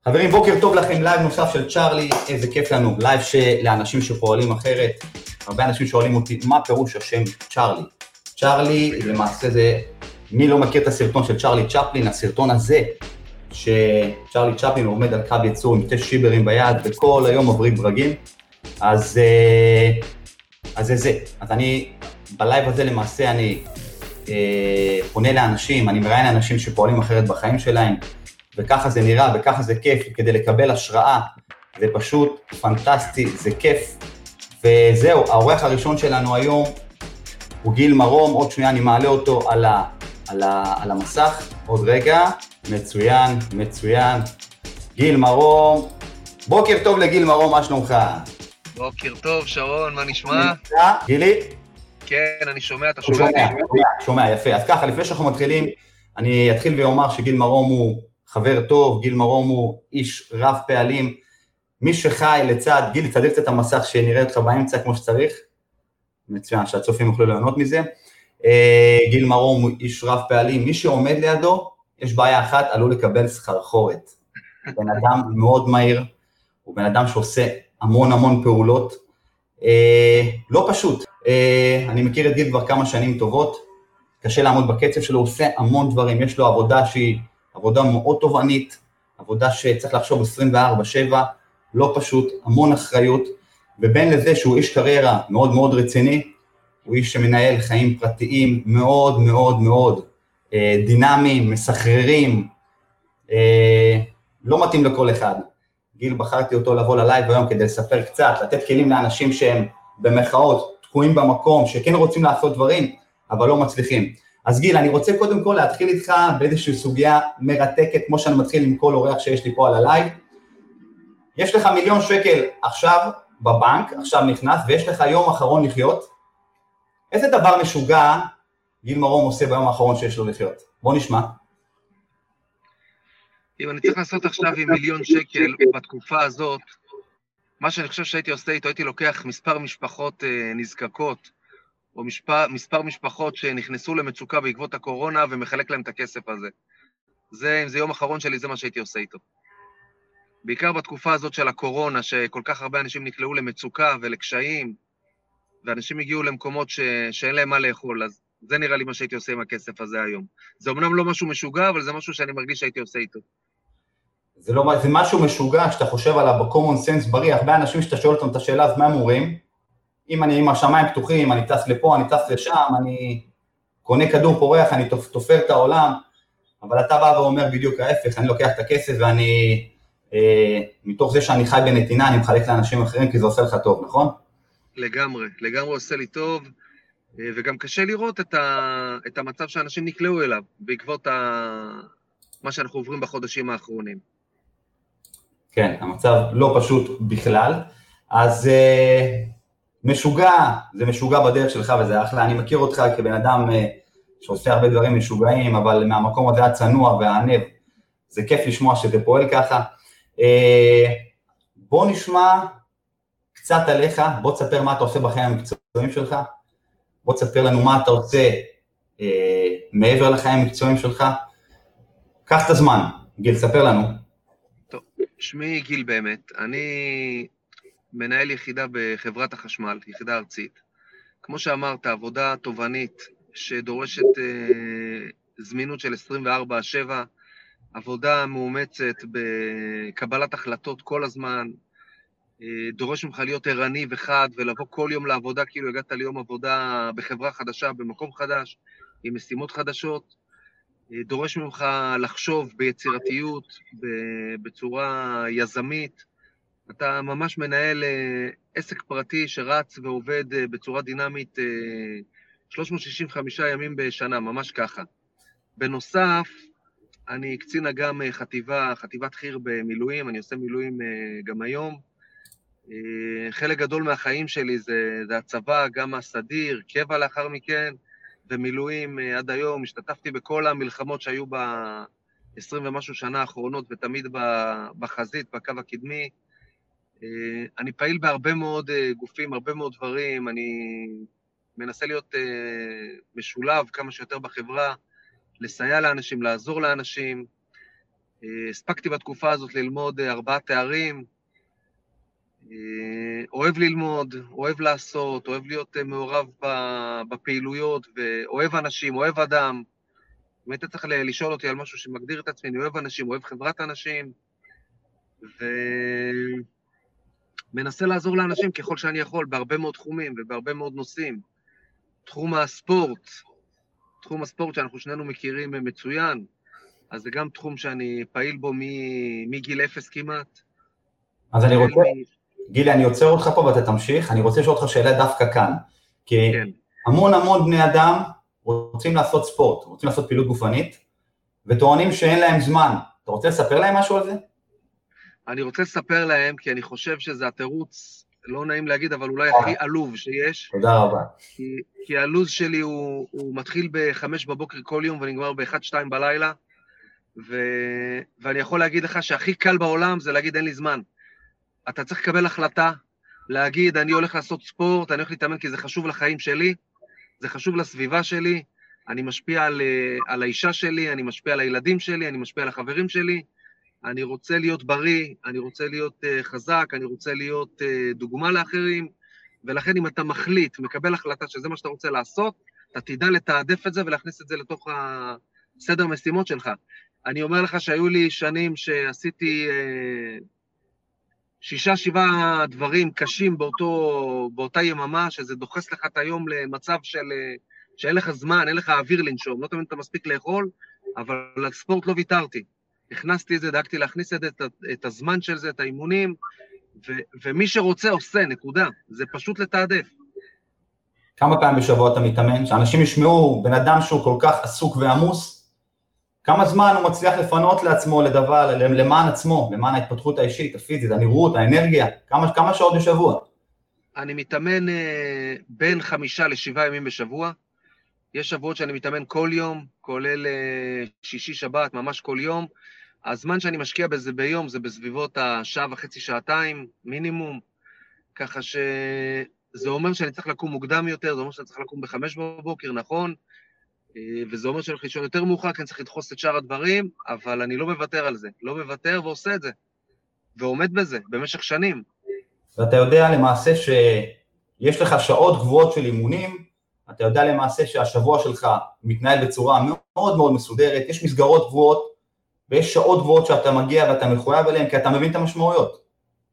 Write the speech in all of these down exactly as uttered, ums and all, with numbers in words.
חברים, בוקר טוב לכם, לייב נוסף של צ'ארלי, איזה כיף לנו, לייב לאנשים שפועלים אחרת. הרבה אנשים שואלים אותי, מה פירוש השם צ'ארלי? צ'ארלי, למעשה זה, מי לא מכיר את הסרטון של צ'ארלי צ'פלין, הסרטון הזה, שצ'ארלי צ'פלין עומד על קו יצור עם שתי שיברים ביד, וכל היום מבריג ברגים, אז, אז זה זה. אז אני, בלייב הזה למעשה אני אה, פונה לאנשים, אני מראיין לאנשים שפועלים אחרת בחיים שלהם, וככה זה נראה, וככה זה כיף, כדי לקבל השראה, זה פשוט פנטסטי, זה כיף, וזהו, האורח הראשון שלנו היום הוא גיל מרום, עוד שנייה אני מעלה אותו על, ה, על, ה, על המסך, עוד רגע, מצוין, מצוין, גיל מרום, בוקר טוב לגיל מרום, מה שלומך? בוקר טוב, שרון, מה נשמע? גילי? כן, אני שומע, אתה שומע? שומע, שומע, שומע, יפה, אז ככה, לפני שאנחנו מתחילים, אני אתחיל ואומר שגיל מרום הוא חבר טוב, גיל מרום הוא איש רב פעלים, מי שחי לצד, גיל, תצדק קצת את המסך שנראה אותך באמצע כמו שצריך, מצוין, שהצופים יוכלו ליהנות מזה, גיל מרום הוא איש רב פעלים, מי שעומד לידו, יש בעיה אחת, עלול לקבל סחרחורת, בן אדם מאוד מהיר, הוא בן אדם שעושה המון המון פעולות, לא פשוט, אני מכיר את גיל כבר כמה שנים טובות, קשה לעמוד בקצב שלו, הוא עושה המון דברים, יש לו עבודה שהיא עבודה מאוד תובענית, עבודה שצריך לחשוב עשרים וארבע שבע, לא פשוט, המון אחריות, ובין לזה שהוא איש קריירה מאוד מאוד רציני, הוא איש שמנהל חיים פרטיים מאוד מאוד מאוד אה, דינמיים, מסחררים, אה, לא מתאים לכל אחד. גיל, בחרתי אותו לבוא ללייב היום כדי לספר קצת, לתת כלים לאנשים שהם במחאות, תקועים במקום, שכן רוצים לעשות דברים, אבל לא מצליחים. אז גיל, אני רוצה קודם כל להתחיל איתך באיזושהי סוגיה מרתקת, כמו שאני מתחיל עם כל אורח שיש לי פה על הלייב. יש לך מיליון שקל עכשיו בבנק, עכשיו נכנס, ויש לך יום אחרון לחיות. איזה דבר משוגע גיל מרום עושה ביום האחרון שיש לו לחיות? בוא נשמע. אם אני צריך לעשות עכשיו עם מיליון שקל בתקופה הזאת, מה שאני חושב שהייתי עושה איתו, הייתי לוקח מספר משפחות נזקקות, או מספר, מספר משפחות שנכנסו למצוקה בעקבות הקורונה, ומחלק להם את הכסף הזה. זה, אם זה יום אחרון שלי, זה מה שהייתי עושה איתו. בעיקר בתקופה הזאת של הקורונה, שכל כך הרבה אנשים נקלעו למצוקה ולקשיים, ואנשים הגיעו למקומות ש, שאין להם מה לאכול, אז זה נראה לי מה שהייתי עושה עם הכסף הזה היום. זה אמנם לא משהו משוגע, אבל זה משהו שאני מרגיש שהייתי עושה איתו. זה, לא, זה משהו משוגע שאתה חושב עליו ב-common sense בריא, הרבה אנשים שאתה שואל אותם את השאלה, אז מה הם אומרים? אם אני עם השמיים פתוחים, אני טס לפה, אני טס לשם, אני קונה כדור פורח, אני תופר את העולם, אבל אתה בא ואומר בדיוק ההפך, אני לוקח את הכסף ואני, אה, מתוך זה שאני חי בנתינה, אני מחלק לאנשים אחרים, כי זה עושה לך טוב, נכון? לגמרי, לגמרי עושה לי טוב, וגם קשה לראות את, ה, את המצב שאנשים נקלעו אליו, בעקבות ה, מה שאנחנו עוברים בחודשים האחרונים. כן, המצב לא פשוט בכלל, אז אה, משוגע, זה משוגע בדרך שלך וזה אחלה, אני מכיר אותך כבן אדם אה, שעושה הרבה דברים משוגעים, אבל מהמקום הזה הצנוע והענב, זה כיף לשמוע שזה פועל ככה. אה, בוא נשמע קצת עליך, בוא תספר מה אתה עושה בחיים המקצועיים שלך, בוא תספר לנו מה אתה עושה אה, מעבר לחיים המקצועיים שלך, קח את הזמן, גיל, ספר לנו. טוב, שמי גיל באמת, אני מנהל יחידה בחברת החשמל, יחידה ארצית. כמו שאמרת, עבודה תובענית שדורשת אה, זמינות של עשרים וארבע שבע, עבודה מאומצת בקבלת החלטות כל הזמן, אה, דורש ממך להיות ערני וחד ולבוא כל יום לעבודה כאילו הגעת ליום עבודה בחברה חדשה, במקום חדש, עם משימות חדשות, אה, דורש ממך לחשוב ביצירתיות, בצורה יזמית, אתה ממש מנהל אה, עסק פרטי שרץ ועובד אה, בצורה דינמית אה, שלוש מאות שישים וחמישה ימים בשנה, ממש ככה. בנוסף, אני קצין אג"ם אה, חטיבה, חטיבת חי"ר במילואים, אני עושה מילואים אה, גם היום. אה, חלק גדול מהחיים שלי זה, זה הצבא, גם הסדיר, קבע לאחר מכן, ומילואים אה, עד היום. השתתפתי בכל המלחמות שהיו ב-עשרים ומשהו שנה האחרונות, ותמיד בחזית, בקו הקדמי. אני פעיל בהרבה מאוד גופים, הרבה מאוד דברים, אני מנסה להיות משולב כמה שיותר בחברה, לסייע לאנשים, לעזור לאנשים, הספקתי בתקופה הזאת ללמוד ארבעה תארים, אוהב ללמוד, אוהב לעשות, אוהב להיות מעורב בפעילויות, ואוהב אנשים, אוהב אדם. אם היית צריך לשאול אותי על משהו שמגדיר את עצמי, אני אוהב אנשים, אוהב חברת אנשים, ומנסה לעזור לאנשים ככל שאני יכול, בהרבה מאוד תחומים ובהרבה מאוד נושאים. תחום הספורט, תחום הספורט שאנחנו שנינו מכירים מצוין, אז זה גם תחום שאני פעיל בו מגיל אפס כמעט. אז אני רוצה, גילי, אני עוצר אותך פה ואתה תמשיך, אני רוצה לשאול אותך שאלה דווקא כאן, כי כן. המון המון בני אדם רוצים לעשות ספורט, רוצים לעשות פעילות גופנית, וטוענים שאין להם זמן. אתה רוצה לספר להם משהו על זה? אני רוצה לספר להם, כי אני חושב שזה התירוץ, לא נעים להגיד, אבל אולי הכי עלוב שיש. תודה רבה. כי, כי הלוז שלי הוא, הוא מתחיל בחמש בבוקר כל יום, ונגמר באחת, שתיים בלילה, ו, ואני יכול להגיד לך שהכי קל בעולם זה להגיד אין לי זמן. אתה צריך לקבל החלטה, להגיד אני הולך לעשות ספורט, אני הולך להתאמן כי זה חשוב לחיים שלי, זה חשוב לסביבה שלי, אני משפיע על, על האישה שלי, אני משפיע על הילדים שלי, אני משפיע על החברים שלי, אני רוצה להיות בריא, אני רוצה להיות uh, חזק, אני רוצה להיות uh, דוגמה לאחרים, ולכן אם אתה מחליט, מקבל החלטה שזה מה שאתה רוצה לעשות, אתה תדע לתעדף את זה ולהכניס את זה לתוך הסדר משימות שלך. אני אומר לך שהיו לי שנים שעשיתי uh, שישה, שבעה דברים קשים באותו, באותה יממה, שזה דוחס לך את היום למצב של, שאין לך זמן, אין לך אוויר לנשום, לא תמיד אתה מספיק לאכול, אבל לספורט לא ויתרתי. הכנסתי את זה, דאגתי להכניס את, את, את הזמן של זה, את האימונים, ו, ומי שרוצה עושה, נקודה. זה פשוט לתעדף. כמה פעמים בשבוע אתה מתאמן? שאנשים ישמעו בן אדם שהוא כל כך עסוק ועמוס, כמה זמן הוא מצליח לפנות לעצמו לדבר, למען עצמו, למען ההתפתחות האישית, הפיזית, הנראות, האנרגיה, כמה, כמה שעות בשבוע? אני מתאמן אה, בין חמישה לשבעה ימים בשבוע, יש שבועות שאני מתאמן כל יום, כולל אה, שישי שבת, ממש כל יום, הזמן שאני משקיע בזה ביום זה בסביבות השעה וחצי, שעתיים, מינימום, ככה שזה אומר שאני צריך לקום מוקדם יותר, זה אומר שאני צריך לקום בחמש בבוקר, נכון? וזה אומר שאני הולך לישון יותר מאוחר, כי אני צריך לדחוס את שאר הדברים, אבל אני לא מוותר על זה, לא מוותר ועושה את זה, ועומד בזה במשך שנים. ואתה יודע למעשה שיש לך שעות גבוהות של אימונים, אתה יודע למעשה שהשבוע שלך מתנהל בצורה מאוד מאוד מסודרת, יש מסגרות גבוהות, ויש שעות גבוהות שאתה מגיע ואתה מחויב אליהן, כי אתה מבין את המשמעויות.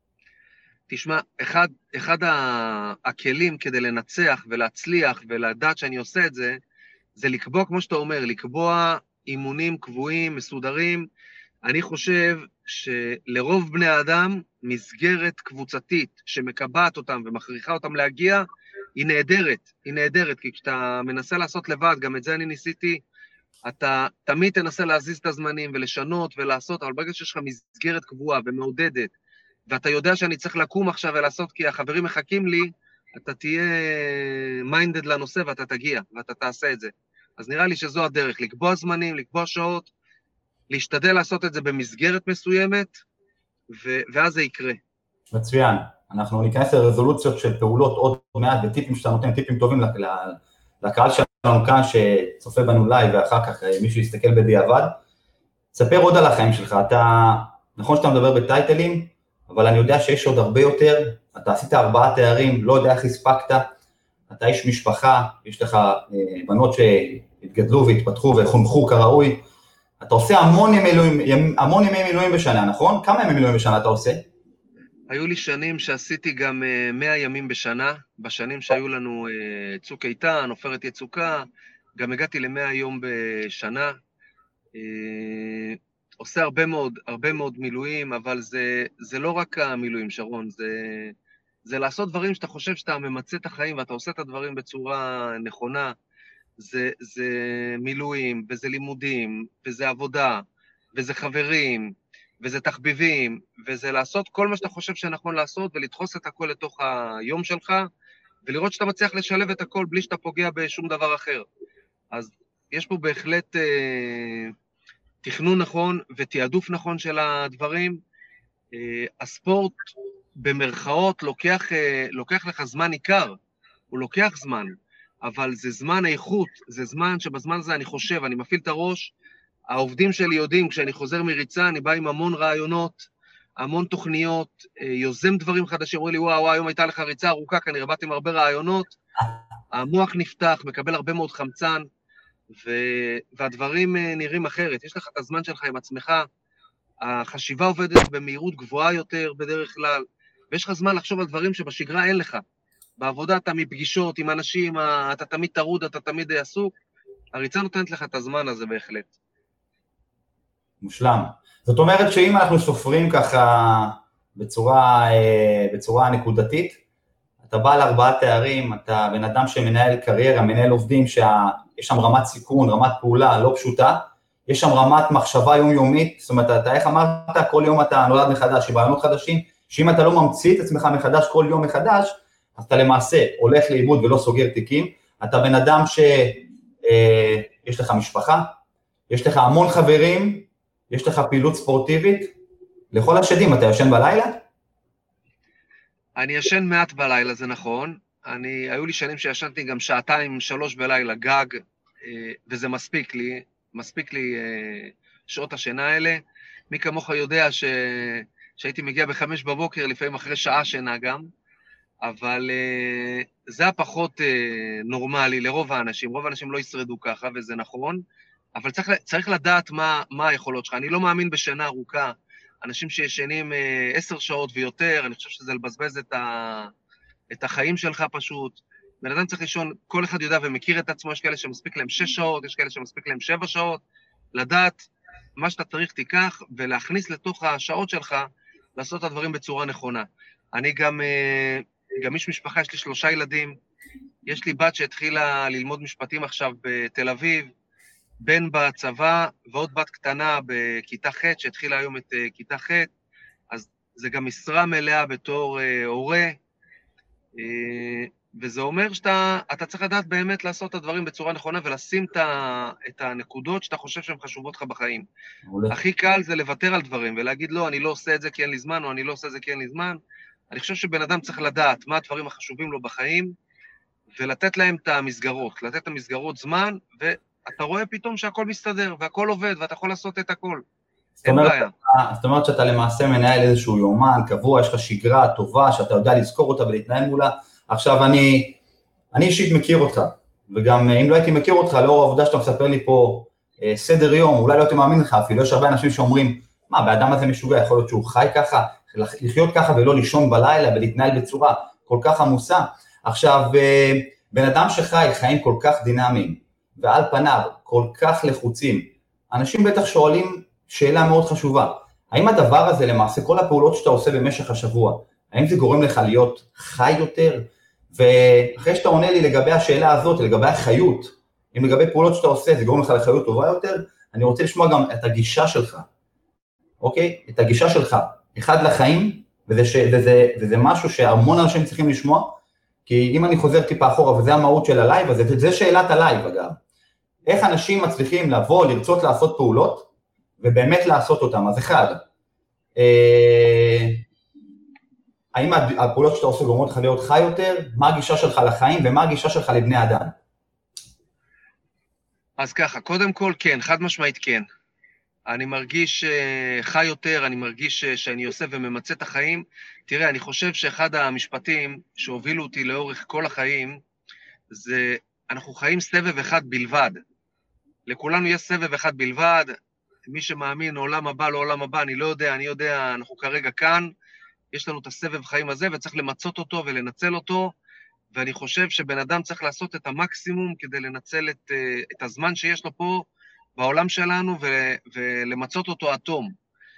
תשמע, אחד, אחד הכלים כדי לנצח ולהצליח ולדעת שאני עושה את זה, זה לקבוע, כמו שאתה אומר, לקבוע אימונים קבועים, מסודרים. אני חושב שלרוב בני האדם, מסגרת קבוצתית שמקבעת אותם ומכריחה אותם להגיע, היא נהדרת, היא נהדרת, כי כשאתה מנסה לעשות לבד, גם את זה אני ניסיתי, אתה תמיד תנסה להזיז את הזמנים ולשנות ולעשות, אבל ברגע שיש לך מסגרת קבועה ומעודדת, ואתה יודע שאני צריך לקום עכשיו ולעשות כי החברים מחכים לי, אתה תהיה מיינדד לנושא ואתה תגיע, ואתה תעשה את זה. אז נראה לי שזו הדרך, לקבוע זמנים, לקבוע שעות, להשתדל לעשות את זה במסגרת מסוימת, ו- ואז זה יקרה. מצוין. אנחנו ניכנס לרזולוציות של פעולות עוד מעט, וטיפים שאתה נותן, טיפים טובים לקהל שלנו כאן, שצופה בנו לייב, ואחר כך מישהו יסתכל בדיעבד. ספר עוד על החיים שלך. אתה, נכון שאתה מדבר בטייטלים, אבל אני יודע שיש עוד הרבה יותר. אתה עשית ארבעה תארים, לא יודע איך הספקת. אתה איש משפחה, יש לך בנות שהתגדלו והתפתחו וחונכו כראוי. אתה עושה המון ימי מילואים, המון ימי מילואים בשנה, נכון? כמה ימי מילואים בשנה אתה עושה? היו לי שנים שעשיתי גם מאה ימים בשנה, בשנים שהיו לנו צוק איתן, עופרת יצוקה, גם הגעתי למאה יום בשנה. עושה הרבה מאוד, הרבה מאוד מילואים, אבל זה, זה לא רק המילואים, שרון, זה, זה לעשות דברים שאתה חושב שאתה ממצא את החיים, ואתה עושה את הדברים בצורה נכונה. זה, זה מילואים, וזה לימודים, וזה עבודה, וזה חברים, וזה תחביבים, וזה לעשות כל מה שאתה חושב שנכון לעשות, ולדחוס את הכל לתוך היום שלך, ולראות שאתה מצליח לשלב את הכל בלי שאתה פוגע בשום דבר אחר. אז יש פה בהחלט אה, תכנון נכון ותיעדוף נכון של הדברים. אה, הספורט במרכאות לוקח, אה, לוקח לך זמן עיקר, הוא לוקח זמן, אבל זה זמן איכות, זה זמן שבזמן הזה אני חושב, אני מפעיל את הראש, העובדים שלי יודעים, כשאני חוזר מריצה, אני בא עם המון רעיונות, המון תוכניות, יוזם דברים חדשים, אומרים לי, וואו, וואו, היום הייתה לך ריצה ארוכה, כנראה באתי עם הרבה רעיונות, המוח נפתח, מקבל הרבה מאוד חמצן, ו... והדברים נראים אחרת. יש לך את הזמן שלך עם עצמך, החשיבה עובדת במהירות גבוהה יותר בדרך כלל, ויש לך זמן לחשוב על דברים שבשגרה אין לך. בעבודה אתה מפגישות עם אנשים, אתה תמיד טרוד, אתה תמיד עסוק, הריצה נותנת לך את הזמן הזה בהחלט. מושלם. זאת אומרת שאם אנחנו סופרים ככה בצורה, בצורה נקודתית, אתה בא לארבעה תארים, אתה בן אדם שמנהל קריירה, מנהל עובדים, שיש שם רמת סיכון, רמת פעולה לא פשוטה, יש שם רמת מחשבה יומיומית, זאת אומרת, אתה איך אמרת, כל יום אתה נולד מחדש, רעיונות חדשים, שאם אתה לא ממציא את עצמך מחדש כל יום מחדש, אז אתה למעשה הולך לאיבוד ולא סוגר תיקים, אתה בן אדם שיש לך משפחה, יש לך המון חברים, יש לך פעילות ספורטיבית, לכל השדים, אתה ישן בלילה? אני ישן מעט בלילה, זה נכון, אני, היו לי שנים שישנתי גם שעתיים, שלוש בלילה גג, וזה מספיק לי, מספיק לי שעות השינה האלה, מי כמוך יודע ש... שהייתי מגיע בחמש בבוקר, לפעמים אחרי שעה שינה גם, אבל זה הפחות נורמלי לרוב האנשים, רוב האנשים לא ישרדו ככה, וזה נכון, אבל צריך, צריך לדעת מה, מה היכולות שלך. אני לא מאמין בשינה ארוכה, אנשים שישנים עשר שעות ויותר, אני חושב שזה לבזבז את, ה, את החיים שלך פשוט. בן אדם צריך לישון, כל אחד יודע ומכיר את עצמו, יש כאלה שמספיק להם שש שעות, יש כאלה שמספיק להם שבע שעות, לדעת מה שאתה צריך תיקח, ולהכניס לתוך השעות שלך, לעשות את הדברים בצורה נכונה. אני גם, גם איש משפחה, יש לי שלושה ילדים, יש לי בת שהתחילה ללמוד משפטים עכשיו בתל אביב, בן בצבא ועוד בת קטנה בכיתה ח' שהתחילה היום את כיתה ח', אז זה גם משרה מלאה בתור הורה, וזה אומר שאתה אתה צריך לדעת באמת לעשות את הדברים בצורה נכונה, ולשים את הנקודות שאתה חושב שהן חשובות לך בחיים. הכי קל זה לוותר על דברים, ולהגיד לא, אני לא עושה את זה כי אין לי זמן, או אני לא עושה את זה כי אין לי זמן. אני חושב שבן אדם צריך לדעת מה הדברים החשובים לו בחיים, ולתת להם את המסגרות, לתת את המסגרות זמן, ואתה רואה פתאום שהכל מסתדר, והכל עובד, ואתה יכול לעשות את הכל. אין בעיה. זאת אומרת שאתה למעשה מנהל איזשהו יומן קבוע, יש לך שגרה טובה, שאתה יודע לזכור אותה ולהתנהל מולה. עכשיו אני, אני אישית מכיר אותך, וגם אם לא הייתי מכיר אותך, לאור העובדה שאתה מספר לי פה אה, סדר יום, אולי לא הייתי מאמין לך אפילו, יש הרבה אנשים שאומרים, מה, באדם הזה משוגע, יכול להיות שהוא חי ככה, לחיות ככה ולא לישון בלילה ולהתנהל בצורה כל כך עמוסה. עכשיו, אה, בן אדם שחי חיים כל כך דינמיים, ועל פניו כל כך לחוצים, אנשים בטח שואלים שאלה מאוד חשובה, האם הדבר הזה למעשה, כל הפעולות שאתה עושה במשך השבוע, האם זה גורם לך להיות חי יותר? ואחרי שאתה עונה לי לגבי השאלה הזאת, לגבי החיות, אם לגבי פעולות שאתה עושה, זה גורם לך לחיות טובה יותר, אני רוצה לשמוע גם את הגישה שלך, אוקיי? את הגישה שלך, אחד לחיים, וזה, ש... וזה, וזה משהו שהמון אנשים צריכים לשמוע, כי אם אני חוזר טיפה אחורה, וזה המהות של הלייב, אז זה שאלת הלייב אגב, איך אנשים מצליחים לבוא, לרצות לעשות פעולות, ובאמת לעשות אותם, אז אחד, אה... האם הפעולות שאתה עושה גורמות לך להיות חי יותר? מה הגישה שלך לחיים ומה הגישה שלך לבני אדם? אז ככה, קודם כל כן, חד משמעית כן. אני מרגיש חי יותר, אני מרגיש שאני עושה וממצא את החיים. תראה, אני חושב שאחד המשפטים שהובילו אותי לאורך כל החיים, זה אנחנו חיים סבב אחד בלבד. לכולנו יש סבב אחד בלבד, מי שמאמין עולם הבא, לא עולם הבא, אני לא יודע, אני יודע, אנחנו כרגע כאן, יש לנו את הסבב חיים הזה, וצריך למצות אותו ולנצל אותו, ואני חושב שבן אדם צריך לעשות את המקסימום כדי לנצל את, את הזמן שיש לו פה בעולם שלנו, ו, ולמצות אותו עד תום.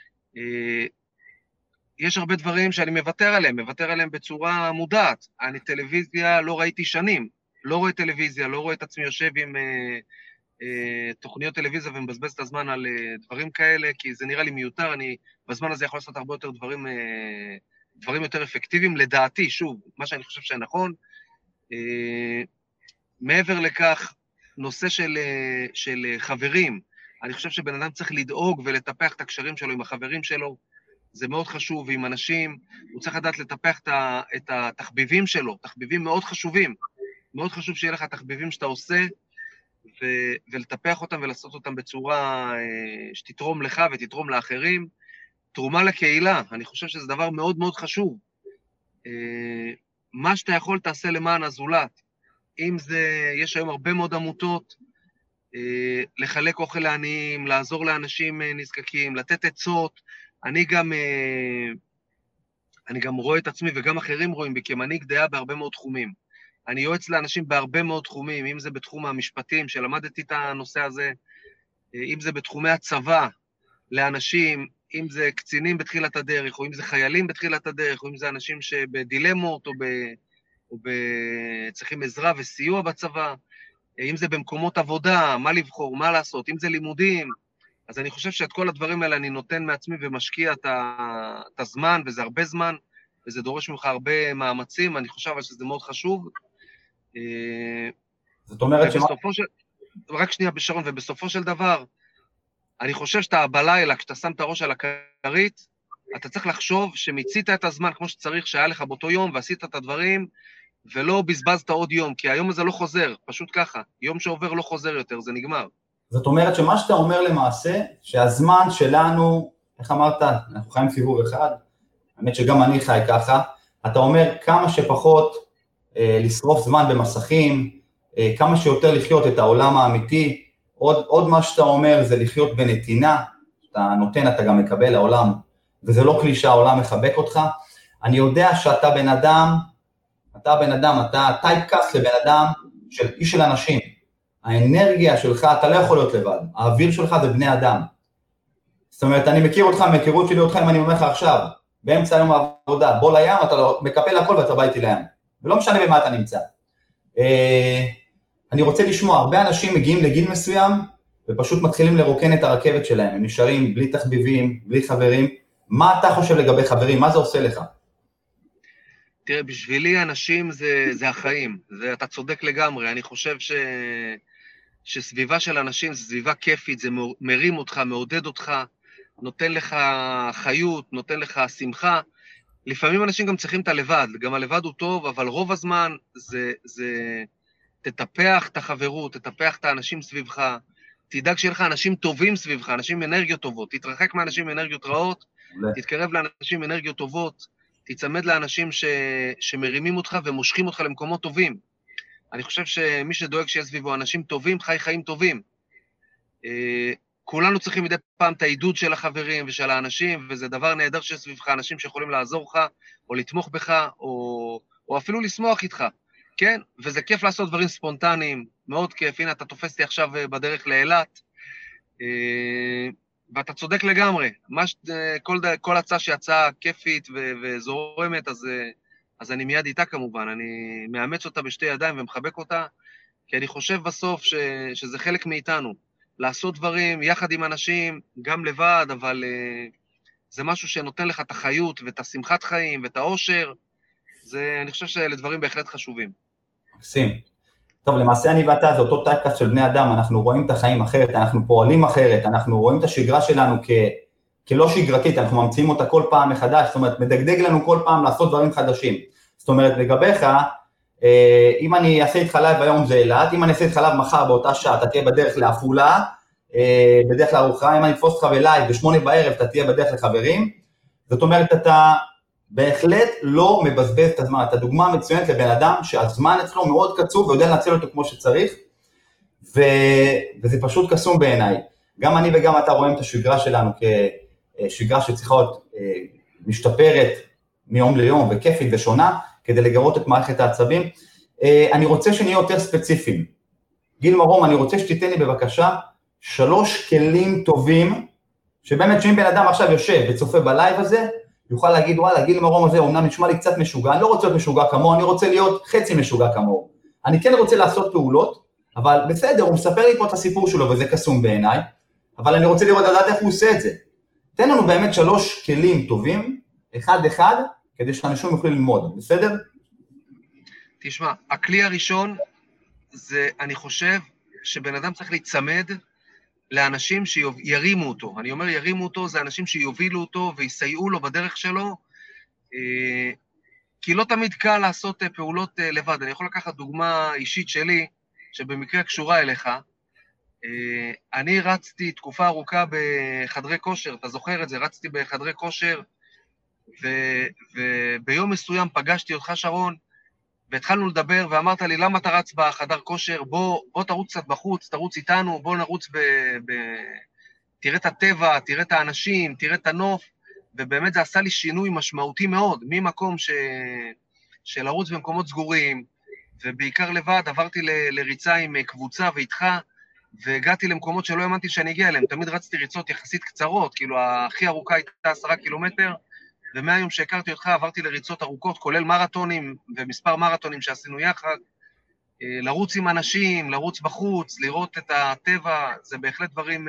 יש הרבה דברים שאני מוותר עליהם, מוותר עליהם בצורה מודעת. אני טלוויזיה לא ראיתי שנים, לא רואה טלוויזיה, לא רואה את עצמי יושב עם אה, אה, תוכניות טלוויזיה ומבזבז את הזמן על אה, דברים כאלה, כי זה נראה לי מיותר, אני בזמן הזה יכול לעשות הרבה יותר דברים, אה, דברים יותר אפקטיביים, לדעתי, שוב, מה שאני חושב שנכון. אה, מעבר לכך, נושא של, אה, של חברים, אני חושב שבן אדם צריך לדאוג ולטפח את הקשרים שלו עם החברים שלו, זה מאוד חשוב, ועם אנשים, הוא צריך לדעת לטפח את התחביבים שלו, תחביבים מאוד חשובים, מאוד חשוב שיהיה לך תחביבים שאתה עושה, ו- ולטפח אותם ולעשות אותם בצורה שתתרום לך ותתרום לאחרים. תרומה לקהילה, אני חושב שזה דבר מאוד מאוד חשוב. מה שאתה יכול תעשה למען הזולת. אם זה, יש היום הרבה מאוד עמותות, לחלק אוכל לעניים, לעזור לאנשים נזקקים, לתת עצות. אני גם, אני גם רואה את עצמי וגם אחרים רואים בי כמנהיג דעה בהרבה מאוד תחומים. אני יועץ לאנשים בהרבה מאוד תחומים, אם זה בתחום המשפטים, שלמדתי את הנושא הזה, אם זה בתחומי הצבא, לאנשים, אם זה קצינים בתחילת הדרך, או אם זה חיילים בתחילת הדרך, או אם זה אנשים שבדילמות, או, ב, או ב, צריכים עזרה וסיוע בצבא, אם זה במקומות עבודה, מה לבחור, מה לעשות, אם זה לימודים. אז אני חושב שאת כל הדברים האלה אני נותן מעצמי ומשקיע את, ה, את הזמן, וזה הרבה זמן, וזה דורש ממך הרבה מאמצים, אני חושב שזה מאוד חשוב. זאת אומרת שמה... של... רק שנייה בשרון, ובסופו של דבר, אני חושב שאתה בלילה, כשאתה שם את הראש על הכרית, אתה צריך לחשוב שמיצית את הזמן כמו שצריך שהיה לך באותו יום, ועשית את הדברים, ולא בזבזת עוד יום, כי היום הזה לא חוזר, פשוט ככה. יום שעובר לא חוזר יותר, זה נגמר. זאת אומרת שמה שאתה אומר למעשה, שהזמן שלנו, איך אמרת, אנחנו חיים סיבוב אחד, האמת שגם אני חי ככה, אתה אומר כמה שפחות אה, לשרוף זמן במסכים, אה, כמה שיותר לחיות את העולם האמיתי, עוד, עוד מה שאתה אומר זה לחיות בנתינה, אתה נותן, אתה גם מקבל העולם, וזה לא כלי שהעולם מחבק אותך. אני יודע שאתה בן אדם, אתה בן אדם, אתה טייפקאסט לבן אדם של איש של אנשים. האנרגיה שלך, אתה לא יכול להיות לבד, האוויר שלך זה בני אדם. זאת אומרת, אני מכיר אותך, מהיכרות שלי אותך, אם אני אומר לך עכשיו, באמצע היום העבודה, בוא לים, אתה מקפל הכל ואתה בא איתי לים. ולא משנה במה אתה נמצא. אני רוצה לשמוע, הרבה אנשים מגיעים לגיל מסוים, ופשוט מתחילים לרוקן את הרכבת שלהם, הם נשארים בלי תחביבים, בלי חברים. מה אתה חושב לגבי חברים? מה זה עושה לך? תראה, בשבילי אנשים זה, זה החיים, זה, אתה צודק לגמרי, אני חושב ש, שסביבה של אנשים זה סביבה כיפית, זה מרים אותך, מעודד אותך, נותן לך חיות, נותן לך שמחה. לפעמים אנשים גם צריכים את הלבד, גם הלבד הוא טוב, אבל רוב הזמן זה, זה תטפח את החברות, תטפח את האנשים סביבך, תדאג שיהיה לך אנשים טובים סביבך, אנשים עם אנרגיות טובות, תתרחק מאנשים עם אנרגיות רעות, תתקרב לאנשים עם אנרגיות טובות, תצמד לאנשים ש... שמרימים אותך ומושכים אותך למקומות טובים. אני חושב שמי שדואג שיהיה סביבו אנשים טובים, חי חיים טובים. כולנו צריכים מדי פעם את העידוד של החברים ושל האנשים, וזה דבר נהדר שיש סביבך אנשים שיכולים לעזור לך, או לתמוך בך, או, או אפילו לשמוח איתך. כן? וזה כיף לעשות דברים ספונטניים, מאוד כיף. הנה, אתה תופס לי עכשיו בדרך לאילת, ואתה צודק לגמרי. מש, כל, כל הצעה שיצאה כיפית ו, וזורמת, אז, אז אני מיד איתה כמובן. אני מאמץ אותה בשתי ידיים ומחבק אותה, כי אני חושב בסוף ש, שזה חלק מאיתנו. לעשות דברים יחד עם אנשים, גם לבד, אבל זה משהו שנותן לך את החיות ואת השמחת חיים ואת האושר. זה, אני חושב שאלה דברים בהחלט חשובים. מקסים. טוב, למעשה אני ואתה זה אותו טייפקאסט של בני אדם, אנחנו רואים את החיים אחרת, אנחנו פועלים אחרת, אנחנו רואים את השגרה שלנו כ... כלא שגרתית, אנחנו ממציאים אותה כל פעם מחדש, זאת אומרת, מדגדג לנו כל פעם לעשות דברים חדשים. זאת אומרת, לגביך, אם אני אעשה איתך לייב היום זה אילת, אם אני אעשה איתך לייב מחר באותה שעה, אתה תהיה בדרך לעפולה, בדרך לארוחה, אם אני אתפוס אותך בלייב בשמונה בערב, אתה תהיה בדרך לחברים, זאת אומרת, אתה בהחלט לא מבזבז את הזמן, אתה דוגמה מצוינת לבן אדם שהזמן אצלו מאוד קצוב ויודע לנצל אותו כמו שצריך, ו... וזה פשוט קסום בעיניי. גם אני וגם אתה רואים את השגרה שלנו כשגרה שצריכה להיות משתפרת מיום ליום וכיפית ושונה, כדי לגרות את מערכת העצבים. אני רוצה שנהיה יותר ספציפיים. גיל מרום, אני רוצה שתיתן לי בבקשה שלוש כלים טובים, שבאמת שאם בן אדם עכשיו יושב וצופה בלייב הזה, יוכל להגיד, וואלה, גיל מרום הזה, אומנם נשמע לי קצת משוגע, אני לא רוצה להיות משוגע כמוהו, אני רוצה להיות חצי משוגע כמוהו. אני כן רוצה לעשות פעולות, אבל בסדר, הוא מספר לי פה את הסיפור שלו, וזה קסום בעיניי, אבל אני רוצה לראות לדעת איך הוא עושה את זה. תן לנו באמת שלוש כלים טובים, אחד אחד, כדי שאנשים יוכלו ללמוד, בסדר? תשמע, הכלי הראשון, זה, אני חושב, שבן אדם צריך להצמד לאנשים שירימו אותו. אני אומר ירימו אותו, זה אנשים שיובילו אותו ויסייעו לו בדרך שלו, כי לא תמיד קל לעשות פעולות לבד. אני יכול לקחת דוגמה אישית שלי, שבמקרה קשורה אליך. אני רצתי תקופה ארוכה בחדרי כושר, אתה זוכר את זה, רצתי בחדרי כושר, וביום מסוים פגשתי אותך שרון, והתחלנו לדבר, ואמרת לי, למה אתה רץ בחדר כושר? בוא, בוא תרוץ קצת בחוץ, תרוץ איתנו, בוא נרוץ ב... ב... תראה את הטבע, תראה את האנשים, תראה את הנוף, ובאמת זה עשה לי שינוי משמעותי מאוד, ממקום ש... של לרוץ במקומות סגורים, ובעיקר לבד עברתי ל... לריצה עם קבוצה ואיתך, והגעתי למקומות שלא האמנתי שאני אגיע אליהם, תמיד רצתי ריצות יחסית קצרות, כאילו הכי ארוכה הייתה עשרה קילומטר, ומהיום שהכרתי אותך עברתי לריצות ארוכות, כולל מרתונים ומספר מרתונים שעשינו יחד, לרוץ עם אנשים, לרוץ בחוץ, לראות את הטבע, זה בהחלט דברים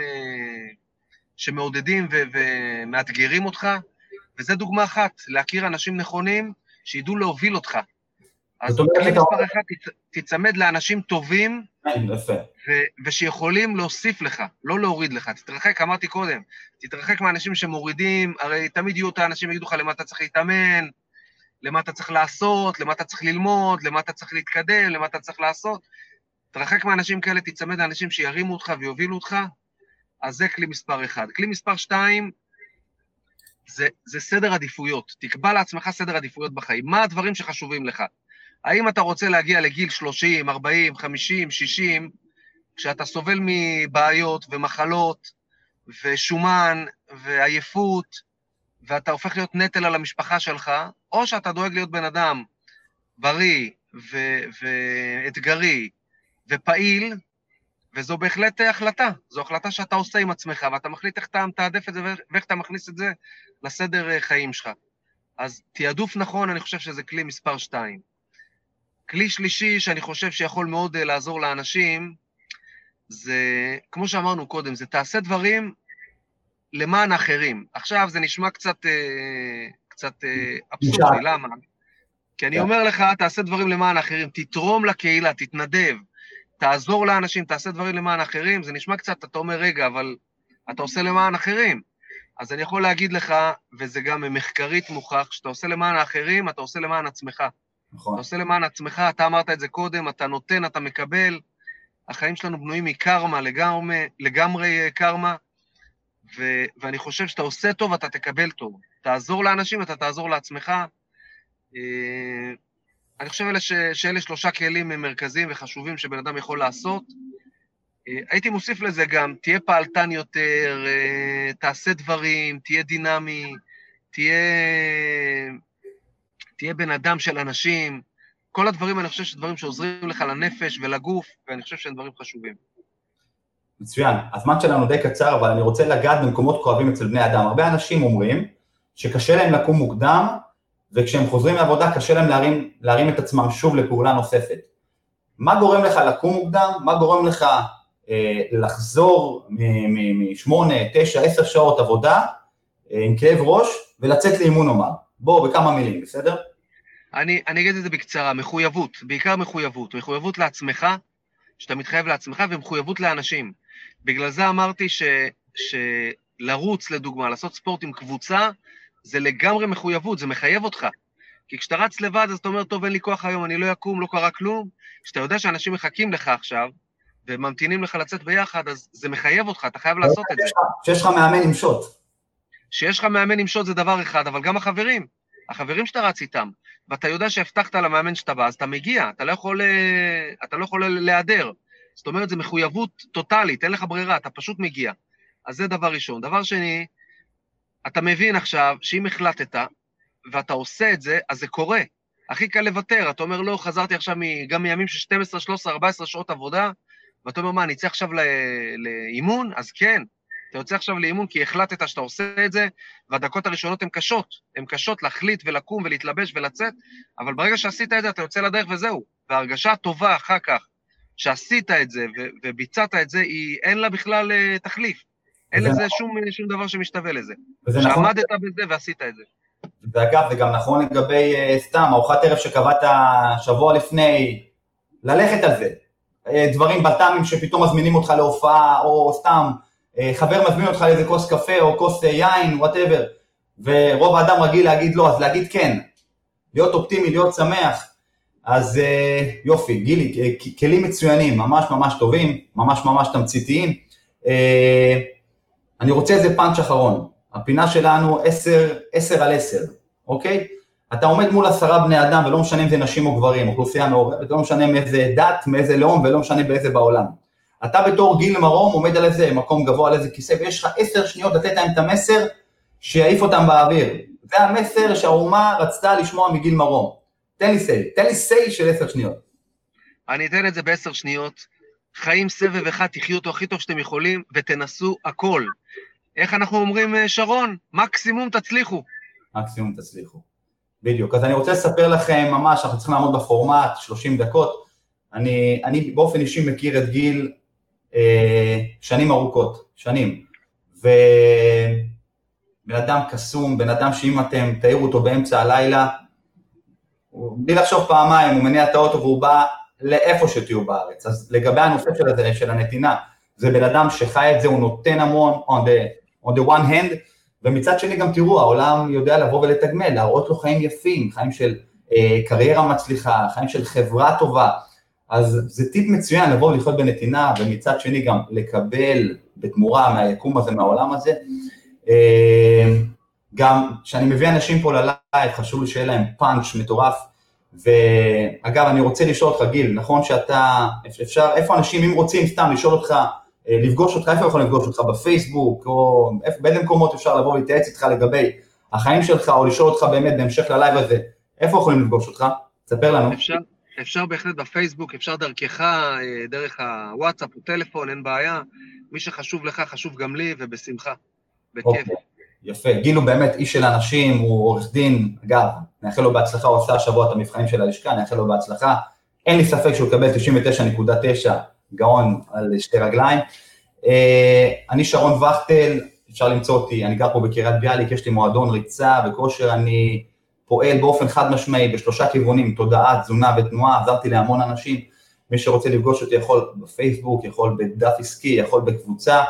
שמעודדים ומאתגרים אותך, וזה דוגמה אחת, להכיר אנשים נכונים שידעו להוביל אותך. אז כלי מספר אחד, תצמד לאנשים טובים, ושיכולים להוסיף לך, לא להוריד לך. תתרחק, אמרתי קודם, תתרחק מהאנשים שמורידים, הרי תמיד יהיו את האנשים ויגידו לך למה אתה צריך להתאמן, למה אתה צריך לעשות, למה אתה צריך ללמוד, למה אתה צריך להתקדם, למה אתה צריך לעשות. תתרחק מהאנשים כאלה, תצמד לאנשים שירימו אותך ויובילו אותך, אז זה כלי מספר אחד. כלי מספר שתיים, זה, זה סדר עדיפויות. תקבע לעצמך סדר עדיפויות בחיים. מה הדברים שחשובים לך? האם אתה רוצה להגיע לגיל שלושים, ארבעים, חמישים, שישים, כשאתה סובל מבעיות ומחלות ושומן ועייפות, ואתה הופך להיות נטל על המשפחה שלך, או שאתה דואג להיות בן אדם בריא ו- ואתגרי ופעיל, וזו בהחלט החלטה. זו החלטה שאתה עושה עם עצמך, ואתה מחליט איך אתה מתעדף את זה ואיך אתה מכניס את זה לסדר חיים שלך. אז תיעדוף נכון, אני חושב שזה כלי מספר שתיים. כלי שלישי שאני חושב שיכול מאוד לעזור לאנשים, זה, כמו שאמרנו קודם, זה תעשה דברים למען האחרים. עכשיו זה נשמע קצת, קצת אבסורדי, למה? כי אני אומר לך, תעשה דברים למען האחרים, תתרום לקהילה, תתנדב, תעזור לאנשים, תעשה דברים למען האחרים, זה נשמע קצת, אתה אומר, רגע, אבל אתה עושה למען אחרים. אז אני יכול להגיד לך, וזה גם מחקרית מוכח, שאתה עושה למען האחרים, אתה עושה למען עצמך. נכון. אתה עושה למען עצמך, אתה אמרת את זה קודם, אתה נותן, אתה מקבל, החיים שלנו בנויים מקרמה, לגמרי, לגמרי קרמה, ו- ואני חושב שאתה עושה טוב, אתה תקבל טוב. תעזור לאנשים, אתה תעזור לעצמך. אני חושב ש- שאלה שלושה כלים מרכזיים וחשובים שבן אדם יכול לעשות. הייתי מוסיף לזה גם, תהיה פעלתן יותר, תעשה דברים, תהיה דינמי, תהיה... תהיה בן אדם של אנשים, כל הדברים, אני חושב שדברים שעוזרים לך לנפש ולגוף, ואני חושב שהם דברים חשובים. מצוין, הזמן שלנו די קצר, אבל אני רוצה לגעת במקומות כואבים אצל בני אדם. הרבה אנשים אומרים שקשה להם לקום מוקדם, וכשהם חוזרים לעבודה קשה להם להרים, להרים את עצמם שוב לפעולה נוספת. מה גורם לך לקום מוקדם? מה גורם לך אה, לחזור משמונה, תשע, עשר שעות עבודה, אה, עם כאב ראש, ולצאת לאימון אומר? בואו, בכמה מילים, בסדר? אני, אני אגיד את זה בקצרה, מחויבות, בעיקר מחויבות, מחויבות לעצמך, שאתה מתחייב לעצמך, ומחויבות לאנשים. בגלל זה אמרתי ש, שלרוץ, לדוגמה, לעשות ספורט עם קבוצה, זה לגמרי מחויבות, זה מחייב אותך. כי כשאתה רץ לבד, אז אתה אומר, טוב, אין לי כוח היום, אני לא אקום, לא קרה כלום. כשאתה יודע שאנשים מחכים לך עכשיו, וממתינים לך לצאת ביחד, אז זה מחייב אותך, אתה חייב לעשות את זה. שיש לך מאמן עם שוט. שיש לך מאמן עם שוט זה דבר אחד, אבל גם החברים, החברים שאתה רץ איתם, ואתה יודע שהבטחת למאמן שאתה בא, אז אתה מגיע, אתה לא יכול, אתה לא יכול להיעדר. זאת אומרת, זה מחויבות טוטלית, אין לך ברירה, אתה פשוט מגיע. אז זה דבר ראשון. דבר שני, אתה מבין עכשיו שאם החלטת, ואתה עושה את זה, אז זה קורה. הכי קל לוותר, אתה אומר, לא, חזרתי עכשיו גם מימים של שתים עשרה, שלוש עשרה, ארבע עשרה שעות עבודה, ואתה אומר, מה, אני אצא עכשיו לאימון? אז כן. אתה יוצא עכשיו לאימון כי החלטת שאתה עושה את זה, והדקות הראשונות הן קשות, הן קשות להחליט ולקום ולהתלבש ולצאת, אבל ברגע שעשית את זה אתה יוצא לדרך וזהו, וההרגשה הטובה אחר כך, שעשית את זה ו- וביצעת את זה, היא אין לה בכלל uh, תחליף, אין לזה נכון. שום, שום דבר שמשתווה לזה, שעמדת נכון. בזה ועשית את זה. ואגב, זה גם נכון לגבי uh, סתם, ארוחת ערב שקבעת שבוע לפני, ללכת על זה, uh, דברים בטעמים שפתאום מזמינים אותך להופעה, או סתם, חבר מזמין אותך לאיזה כוס קפה או כוס יין, whatever, ורוב האדם רגיל להגיד לא, אז להגיד כן, להיות אופטימי, להיות שמח, אז יופי, גילי, כלים מצוינים, ממש ממש טובים, ממש ממש תמציתיים. אני רוצה איזה פאנץ' אחרון, הפינה שלנו עשר על עשר, אוקיי? אתה עומד מול עשרה בני אדם, ולא משנה אם זה נשים או גברים, אוכלוסייה מעורבת, לא משנה מאיזה דת, מאיזה לאום, ולא משנה באיזה בעולם. אתה בתור גיל מרום עומד על איזה מקום גבוה, על איזה כיסא, ויש לך עשר שניות לתת להם את המסר שיעיף אותם באוויר. זה המסר שהאומה רצתה לשמוע מגיל מרום. תן לי סי, תן לי סי של עשר שניות. אני אתן את זה בעשר שניות. חיים סבב אחד, תחיו אותו הכי טוב שאתם יכולים, ותנסו הכל. איך אנחנו אומרים, שרון? מקסימום תצליחו. מקסימום תצליחו. בדיוק. אז אני רוצה לספר לכם ממש, אנחנו צריכים לעמוד בפורמט, שלושים דקות. אני, אני באופן אישי מכיר את גיל אה, שנים ארוכות, שנים. ובן אדם קסום, בן אדם שאם אתם תאירו אותו באמצע הלילה, בלי לחשוב פעמיים, הוא מניע את האוטו והוא בא לאיפה שתהיו בארץ. אז לגבי הנושא של, הזה, של הנתינה, זה בן אדם שחי את זה, הוא נותן המון on the, on the one hand, ומצד שני גם תראו, העולם יודע לבוא ולתגמל, להראות לו חיים יפים, חיים של אה, קריירה מצליחה, חיים של חברה טובה, אז זה טיפ מצוין לבוא ולחיות בנתינה, ומצד שני גם לקבל בתמורה מהיקום הזה, מהעולם הזה, אה, גם כשאני מביא אנשים פה ללייב, חשוב לי שיהיה להם פאנץ' מטורף, ואגב, אני רוצה לשאול אותך, גיל, נכון שאתה, אפשר, איפה אנשים, אם רוצים סתם לשאול אותך, לפגוש אותך, איפה יכול לפגוש אותך? בפייסבוק, או באיזה מקומות אפשר לבוא ולהתייעץ איתך לגבי החיים שלך, או לשאול אותך באמת בהמשך ללייב הזה, איפה יכולים לפגוש אותך? תספר לנו. אפשר, אפשר בהחלט בפייסבוק, אפשר דרכך, דרך הוואטסאפ או טלפון, אין בעיה, מי שחשוב לך, חשוב גם לי, ובשמחה, בכיף. יפה, גיל הוא באמת איש של אנשים, הוא עורך דין, אגב, נאחל לו בהצלחה, הוא עשה השבוע את המבחנים של הלשכה, נאחל לו בהצלחה, אין לי ספק שהוא יקבל תשעים ותשע נקודה תשע גאון על שתי רגליים. אני שרון וכטל, אפשר למצוא אותי, אני גר פה בקריית ביאליק, יש לי מועדון ריצה וכושר, אני פועל באופן חד משמעי בשלושה כיוונים, תודעה, תזונה ותנועה, עזרתי להמון אנשים, מי שרוצה לפגוש אותי יכול בפייסבוק, יכול בדף עסקי, יכול בקבוצה,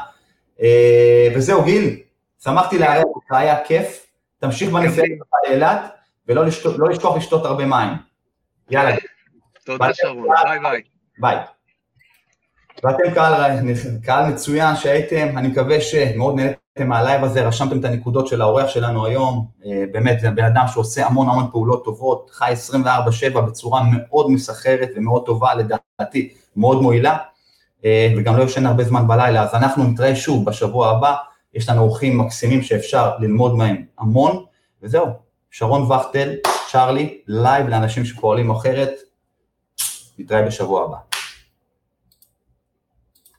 וזהו גיל, שמחתי להראה אותך, היה כיף, תמשיך בנסיעה לאילת, ולא לשכוח לשתות הרבה מים. יאללה. תודה שרון, ביי ביי. ביי. ואתם קהל, קהל מצוין שהייתם, אני מקווה שמאוד נהנתם מהלייב הזה, רשמתם את הנקודות של האורח שלנו היום, באמת זה בן אדם שעושה המון המון פעולות טובות, חי עשרים וארבע שבע בצורה מאוד מסחרת ומאוד טובה לדעתי, מאוד מועילה, וגם לא יושן הרבה זמן בלילה, אז אנחנו נתראה שוב בשבוע הבא, יש לנו אורחים מקסימים שאפשר ללמוד מהם המון, וזהו, שרון וכטל, צ'רלי, לייב לאנשים שפועלים אחרת, נתראה בשבוע הבא.